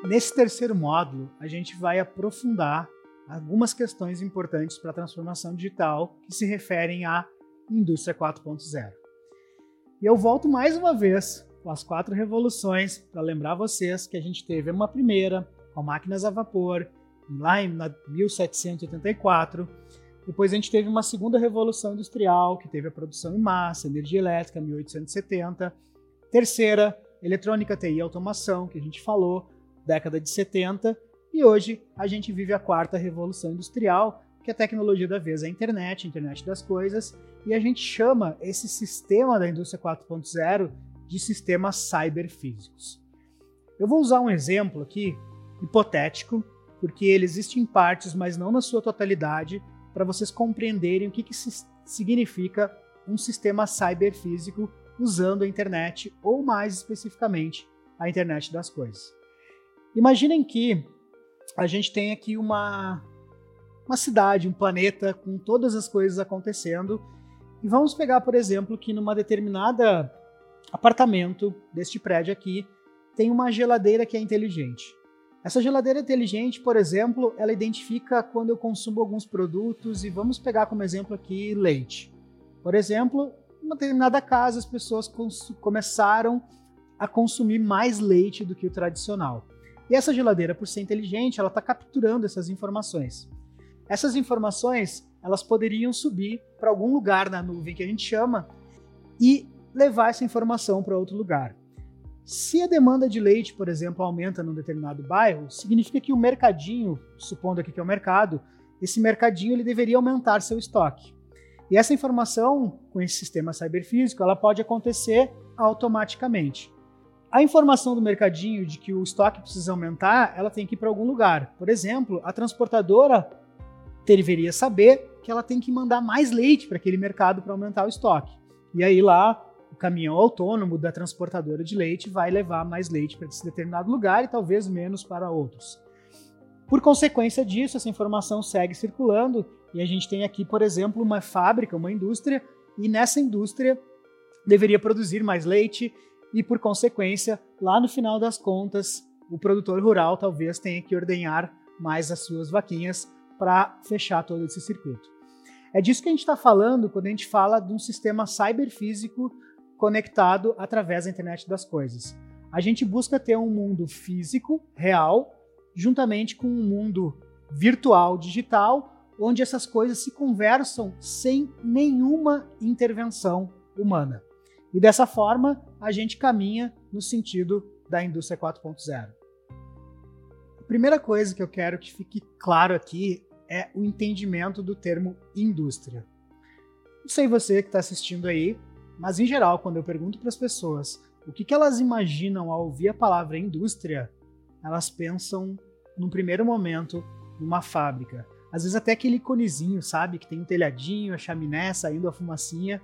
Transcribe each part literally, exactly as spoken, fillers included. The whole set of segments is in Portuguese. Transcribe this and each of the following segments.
Nesse terceiro módulo, a gente vai aprofundar algumas questões importantes para a transformação digital que se referem à indústria quatro ponto zero. E eu volto mais uma vez com as quatro revoluções para lembrar vocês que a gente teve uma primeira com máquinas a vapor, lá em mil setecentos e oitenta e quatro. Depois a gente teve uma segunda revolução industrial, que teve a produção em massa, energia elétrica, mil oitocentos e setenta. Terceira, eletrônica, T I e automação, que a gente falou, década de setenta. E hoje a gente vive a quarta revolução industrial, que é a tecnologia da vez, a internet, a internet das coisas. E a gente chama esse sistema da indústria quatro ponto zero de sistemas cyberfísicos. Eu vou usar um exemplo aqui, hipotético, porque ele existe em partes, mas não na sua totalidade, para vocês compreenderem o que, que significa um sistema cyberfísico usando a internet, ou mais especificamente, a internet das coisas. Imaginem que a gente tem aqui uma, uma cidade, um planeta com todas as coisas acontecendo, e vamos pegar, por exemplo, que numa determinada apartamento deste prédio aqui tem uma geladeira que é inteligente. Essa geladeira inteligente, por exemplo, ela identifica quando eu consumo alguns produtos, e vamos pegar como exemplo aqui leite. Por exemplo, em uma determinada casa as pessoas começaram a consumir mais leite do que o tradicional. E essa geladeira, por ser inteligente, ela está capturando essas informações. Essas informações, elas poderiam subir para algum lugar na nuvem que a gente chama e levar essa informação para outro lugar. Se a demanda de leite, por exemplo, aumenta num determinado bairro, significa que o mercadinho, supondo aqui que é o mercado, esse mercadinho ele deveria aumentar seu estoque. E essa informação, com esse sistema cyberfísico, ela pode acontecer automaticamente. A informação do mercadinho de que o estoque precisa aumentar, ela tem que ir para algum lugar. Por exemplo, a transportadora deveria saber que ela tem que mandar mais leite para aquele mercado para aumentar o estoque. E aí lá, o caminhão autônomo da transportadora de leite vai levar mais leite para esse determinado lugar e talvez menos para outros. Por consequência disso, essa informação segue circulando e a gente tem aqui, por exemplo, uma fábrica, uma indústria, e nessa indústria deveria produzir mais leite e, por consequência, lá no final das contas, o produtor rural talvez tenha que ordenhar mais as suas vaquinhas para fechar todo esse circuito. É disso que a gente está falando quando a gente fala de um sistema cyberfísico conectado através da internet das coisas. A gente busca ter um mundo físico, real, juntamente com um mundo virtual, digital, onde essas coisas se conversam sem nenhuma intervenção humana. E dessa forma, a gente caminha no sentido da indústria quatro ponto zero. A primeira coisa que eu quero que fique claro aqui é o entendimento do termo indústria. Não sei você que está assistindo aí, mas em geral, quando eu pergunto para as pessoas o que, que elas imaginam ao ouvir a palavra indústria, elas pensam, num primeiro momento, numa fábrica. Às vezes até aquele iconezinho, sabe? Que tem um telhadinho, a chaminé, saindo a fumacinha.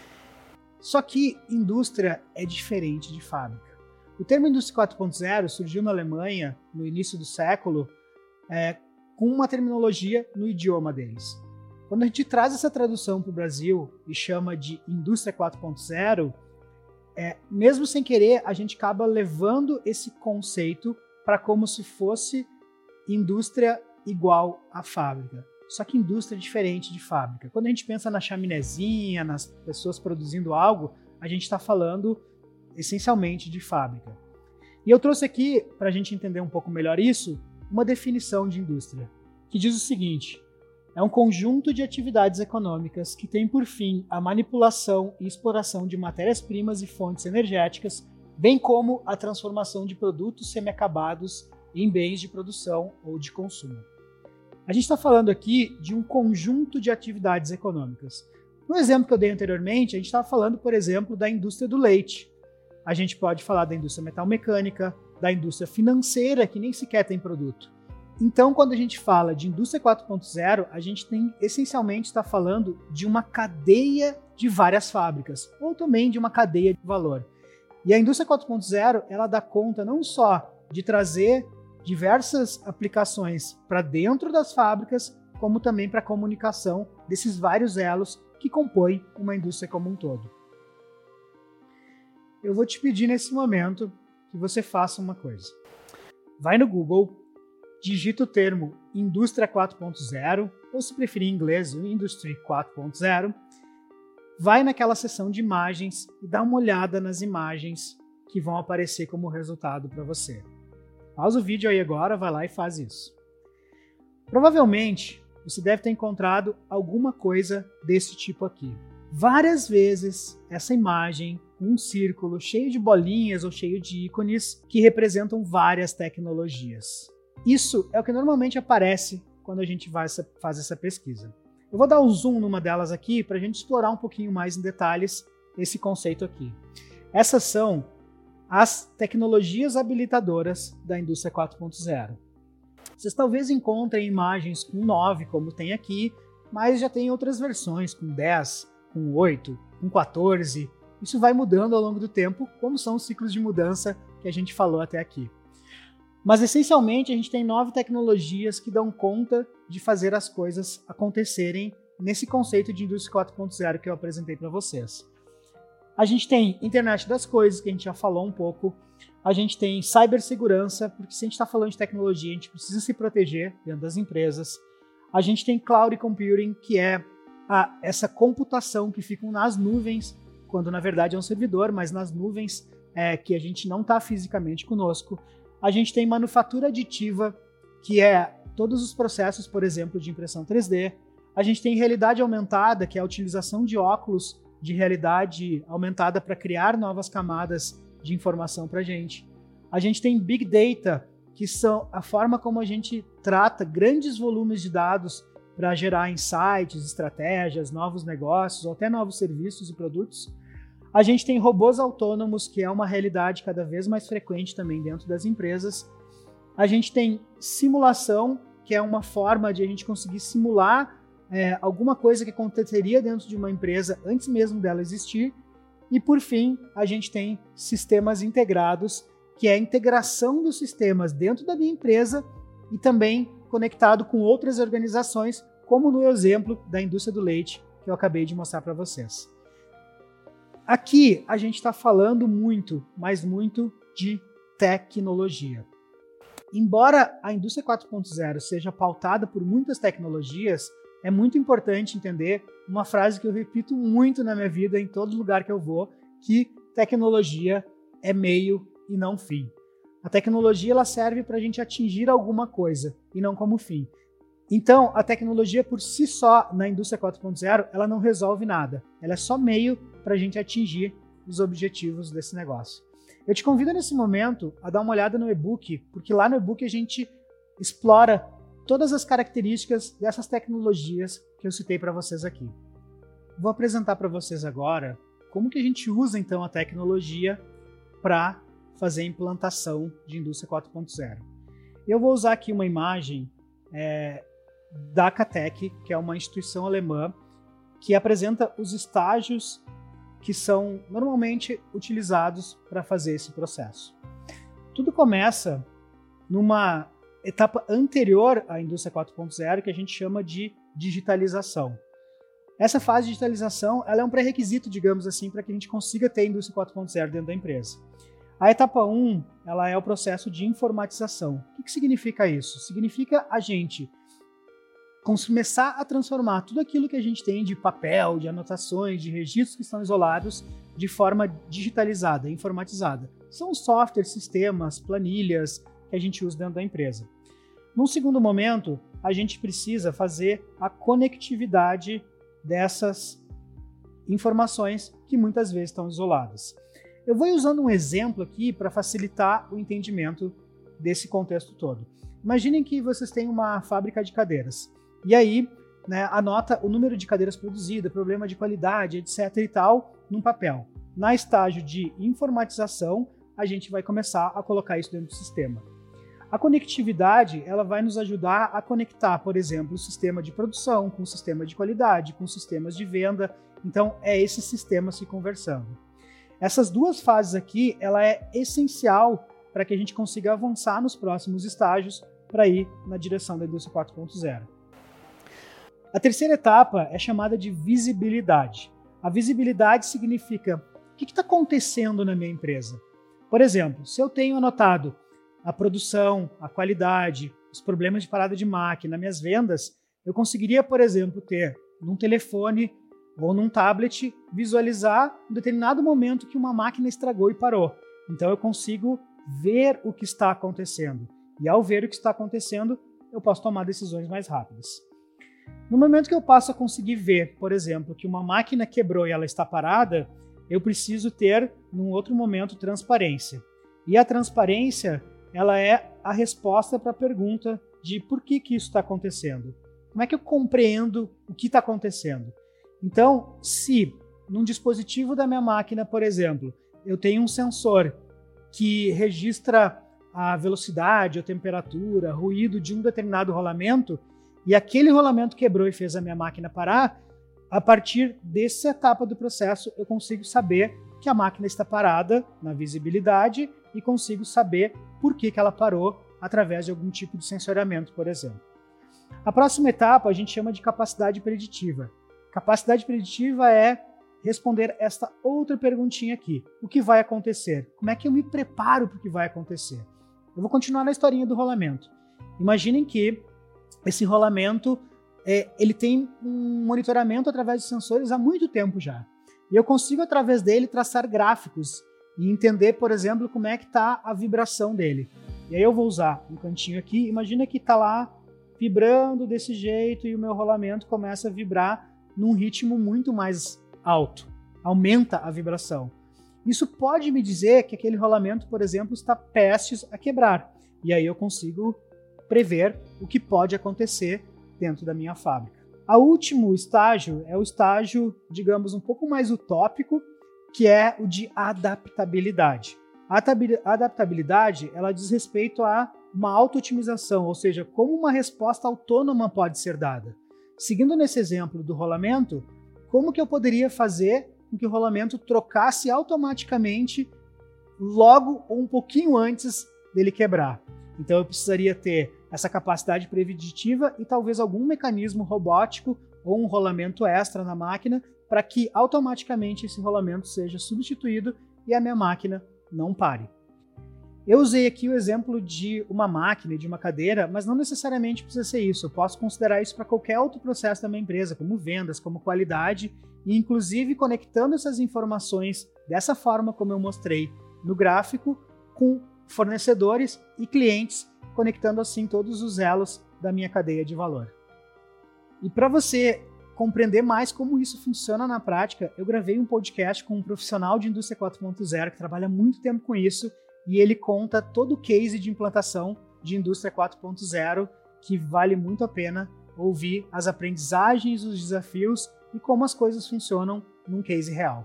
Só que indústria é diferente de fábrica. O termo indústria quatro ponto zero surgiu na Alemanha, no início do século, é, com uma terminologia no idioma deles. Quando a gente traz essa tradução para o Brasil e chama de indústria quatro ponto zero, é, mesmo sem querer, a gente acaba levando esse conceito para como se fosse indústria igual à fábrica. Só que indústria é diferente de fábrica. Quando a gente pensa na chaminézinha, nas pessoas produzindo algo, a gente está falando essencialmente de fábrica. E eu trouxe aqui, para a gente entender um pouco melhor isso, uma definição de indústria, que diz o seguinte: é um conjunto de atividades econômicas que tem por fim a manipulação e exploração de matérias-primas e fontes energéticas, bem como a transformação de produtos semiacabados em bens de produção ou de consumo. A gente está falando aqui de um conjunto de atividades econômicas. No exemplo que eu dei anteriormente, a gente estava falando, por exemplo, da indústria do leite. A gente pode falar da indústria metalmecânica, da indústria financeira, que nem sequer tem produto. Então, quando a gente fala de indústria quatro ponto zero, a gente tem essencialmente está falando de uma cadeia de várias fábricas, ou também de uma cadeia de valor. E a indústria quatro ponto zero, ela dá conta não só de trazer diversas aplicações para dentro das fábricas, como também para a comunicação desses vários elos que compõem uma indústria como um todo. Eu vou te pedir nesse momento que você faça uma coisa. vai no Google, digita o termo Indústria quatro ponto zero, ou se preferir em inglês, Industry quatro ponto zero, vai naquela seção de imagens e dá uma olhada nas imagens que vão aparecer como resultado para você. Pausa o vídeo aí agora, vai lá e faz isso. Provavelmente, você deve ter encontrado alguma coisa desse tipo aqui. Várias vezes, essa imagem, um círculo cheio de bolinhas ou cheio de ícones que representam várias tecnologias. Isso é o que normalmente aparece quando a gente vai fazer essa pesquisa. Eu vou dar um zoom numa delas aqui para a gente explorar um pouquinho mais em detalhes esse conceito aqui. Essas são as tecnologias habilitadoras da indústria quatro ponto zero. Vocês talvez encontrem imagens com nove, como tem aqui, mas já tem outras versões com dez, com oito, com quatorze. Isso vai mudando ao longo do tempo, como são os ciclos de mudança que a gente falou até aqui. Mas, essencialmente, a gente tem nove tecnologias que dão conta de fazer as coisas acontecerem nesse conceito de indústria quatro ponto zero que eu apresentei para vocês. A gente tem internet das coisas, que a gente já falou um pouco. A gente tem cibersegurança, porque se a gente está falando de tecnologia, a gente precisa se proteger dentro das empresas. A gente tem cloud computing, que é a, essa computação que fica nas nuvens, quando na verdade é um servidor, mas nas nuvens é, que a gente não está fisicamente conosco. A gente tem manufatura aditiva, que é todos os processos, por exemplo, de impressão três D. A gente tem realidade aumentada, que é a utilização de óculos de realidade aumentada para criar novas camadas de informação para a gente. A gente tem Big Data, que são a forma como a gente trata grandes volumes de dados para gerar insights, estratégias, novos negócios ou até novos serviços e produtos. A gente tem robôs autônomos, que é uma realidade cada vez mais frequente também dentro das empresas. A gente tem simulação, que é uma forma de a gente conseguir simular é, alguma coisa que aconteceria dentro de uma empresa antes mesmo dela existir. E, por fim, a gente tem sistemas integrados, que é a integração dos sistemas dentro da minha empresa e também conectado com outras organizações, como no exemplo da indústria do leite, que eu acabei de mostrar para vocês. Aqui a gente está falando muito, mas muito de tecnologia. Embora a indústria quatro ponto zero seja pautada por muitas tecnologias, é muito importante entender uma frase que eu repito muito na minha vida, em todo lugar que eu vou, que tecnologia é meio e não fim. A tecnologia ela serve para a gente atingir alguma coisa e não como fim. Então, a tecnologia por si só, na indústria quatro ponto zero, ela não resolve nada. Ela é só meio para a gente atingir os objetivos desse negócio. Eu te convido nesse momento a dar uma olhada no e-book, porque lá no e-book a gente explora todas as características dessas tecnologias que eu citei para vocês aqui. Vou apresentar para vocês agora como que a gente usa então a tecnologia para fazer a implantação de indústria quatro ponto zero. Eu vou usar aqui uma imagem é, da Catec, que é uma instituição alemã que apresenta os estágios que são normalmente utilizados para fazer esse processo. Tudo começa numa etapa anterior à indústria quatro ponto zero, que a gente chama de digitalização. Essa fase de digitalização ela é um pré-requisito, digamos assim, para que a gente consiga ter a indústria quatro ponto zero dentro da empresa. A etapa um ela é o processo de informatização. O que, que significa isso? Significa a gente começar a transformar tudo aquilo que a gente tem de papel, de anotações, de registros que estão isolados de forma digitalizada, informatizada. São softwares, sistemas, planilhas que a gente usa dentro da empresa. Num segundo momento, a gente precisa fazer a conectividade dessas informações que muitas vezes estão isoladas. Eu vou usando um exemplo aqui para facilitar o entendimento desse contexto todo. Imaginem que vocês têm uma fábrica de cadeiras. E aí, né, anota o número de cadeiras produzidas, problema de qualidade, etc e tal, num papel. Na estágio de informatização, a gente vai começar a colocar isso dentro do sistema. A conectividade, ela vai nos ajudar a conectar, por exemplo, o sistema de produção com o sistema de qualidade, com sistemas de venda. Então, é esse sistema se conversando. Essas duas fases aqui, ela é essencial para que a gente consiga avançar nos próximos estágios para ir na direção da indústria quatro ponto zero. A terceira etapa é chamada de visibilidade. A visibilidade significa o que está acontecendo na minha empresa. Por exemplo, se eu tenho anotado a produção, a qualidade, os problemas de parada de máquina, minhas vendas, eu conseguiria, por exemplo, ter num telefone ou num tablet, visualizar um determinado momento que uma máquina estragou e parou. Então eu consigo ver o que está acontecendo. E ao ver o que está acontecendo, eu posso tomar decisões mais rápidas. No momento que eu passo a conseguir ver, por exemplo, que uma máquina quebrou e ela está parada, eu preciso ter, num outro momento, transparência. E a transparência, ela é a resposta para a pergunta de por que, que isso está acontecendo. Como é que eu compreendo o que está acontecendo? Então, se num dispositivo da minha máquina, por exemplo, eu tenho um sensor que registra a velocidade, a temperatura, ruído de um determinado rolamento, e aquele rolamento quebrou e fez a minha máquina parar, a partir dessa etapa do processo eu consigo saber que a máquina está parada na visibilidade e consigo saber por que, que ela parou através de algum tipo de sensoriamento, por exemplo. A próxima etapa a gente chama de capacidade preditiva. Capacidade preditiva é responder esta outra perguntinha aqui. O que vai acontecer? Como é que eu me preparo para o que vai acontecer? Eu vou continuar na historinha do rolamento. Imaginem que esse rolamento é, ele tem um monitoramento através de sensores há muito tempo já. E eu consigo, através dele, traçar gráficos e entender, por exemplo, como é que está a vibração dele. E aí eu vou usar um cantinho aqui. Imagina que está lá vibrando desse jeito e o meu rolamento começa a vibrar num ritmo muito mais alto. Aumenta a vibração. Isso pode me dizer que aquele rolamento, por exemplo, está prestes a quebrar. E aí eu consigo prever o que pode acontecer dentro da minha fábrica. O último estágio é o estágio, digamos, um pouco mais utópico, que é o de adaptabilidade. A adaptabilidade, ela diz respeito a uma auto-otimização, ou seja, como uma resposta autônoma pode ser dada. Seguindo nesse exemplo do rolamento, como que eu poderia fazer com que o rolamento trocasse automaticamente logo ou um pouquinho antes dele quebrar? Então eu precisaria ter essa capacidade preditiva e talvez algum mecanismo robótico ou um rolamento extra na máquina para que automaticamente esse rolamento seja substituído e a minha máquina não pare. Eu usei aqui o exemplo de uma máquina e de uma cadeira, mas não necessariamente precisa ser isso. Eu posso considerar isso para qualquer outro processo da minha empresa, como vendas, como qualidade, e inclusive conectando essas informações dessa forma como eu mostrei no gráfico, com fornecedores e clientes, conectando assim todos os elos da minha cadeia de valor. E para você compreender mais como isso funciona na prática, eu gravei um podcast com um profissional de indústria quatro ponto zero que trabalha muito tempo com isso, e ele conta todo o case de implantação de indústria quatro ponto zero, que vale muito a pena ouvir as aprendizagens, os desafios e como as coisas funcionam num case real.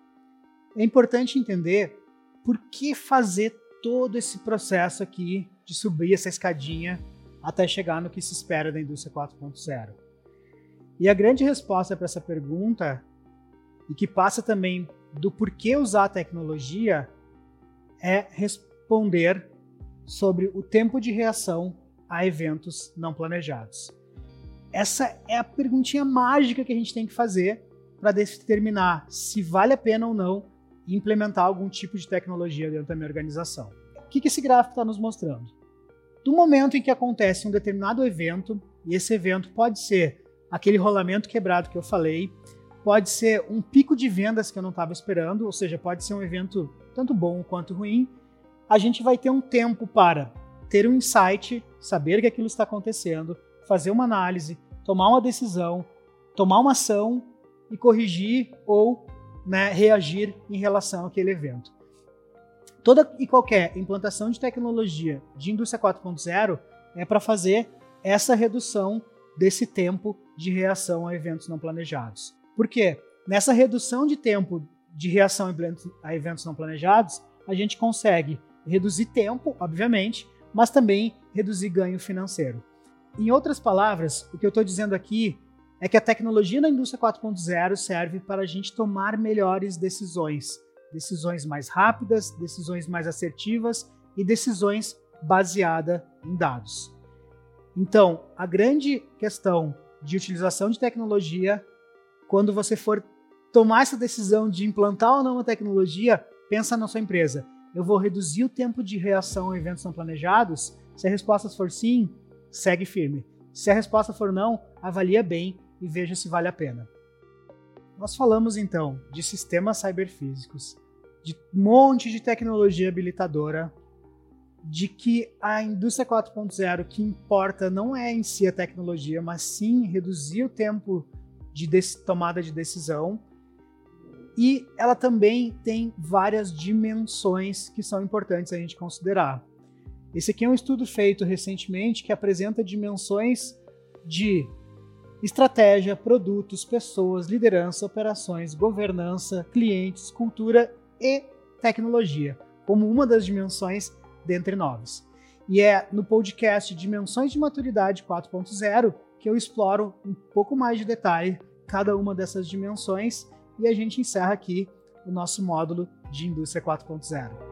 É importante entender por que fazer todo esse processo aqui de subir essa escadinha até chegar no que se espera da indústria quatro ponto zero. E a grande resposta para essa pergunta, e que passa também do porquê usar a tecnologia, é responder sobre o tempo de reação a eventos não planejados. Essa é a perguntinha mágica que a gente tem que fazer para determinar se vale a pena ou não implementar algum tipo de tecnologia dentro da minha organização. O que esse gráfico está nos mostrando? Do momento em que acontece um determinado evento, e esse evento pode ser aquele rolamento quebrado que eu falei, pode ser um pico de vendas que eu não estava esperando, ou seja, pode ser um evento tanto bom quanto ruim, a gente vai ter um tempo para ter um insight, saber que aquilo está acontecendo, fazer uma análise, tomar uma decisão, tomar uma ação e corrigir ou, né, reagir em relação àquele evento. Toda e qualquer implantação de tecnologia de indústria quatro ponto zero é para fazer essa redução desse tempo de reação a eventos não planejados. Por quê? Nessa redução de tempo de reação a eventos não planejados, a gente consegue reduzir tempo, obviamente, mas também reduzir ganho financeiro. Em outras palavras, o que eu estou dizendo aqui é que a tecnologia na indústria quatro ponto zero serve para a gente tomar melhores decisões. Decisões mais rápidas, decisões mais assertivas e decisões baseadas em dados. Então, a grande questão de utilização de tecnologia, quando você for tomar essa decisão de implantar ou não uma tecnologia, pensa na sua empresa. eu vou reduzir o tempo de reação a eventos não planejados? Se a resposta for sim, segue firme. Se a resposta for não, avalia bem e veja se vale a pena. Nós falamos então de sistemas cyberfísicos, de um monte de tecnologia habilitadora, de que a indústria quatro ponto zero que importa não é em si a tecnologia, mas sim reduzir o tempo de tomada de decisão. E ela também tem várias dimensões que são importantes a gente considerar. Esse aqui é um estudo feito recentemente que apresenta dimensões de estratégia, produtos, pessoas, liderança, operações, governança, clientes, cultura e tecnologia, como uma das dimensões dentre novas. E é no podcast Dimensões de Maturidade quatro ponto zero que eu exploro um pouco mais de detalhe cada uma dessas dimensões e a gente encerra aqui o nosso módulo de Indústria quatro ponto zero.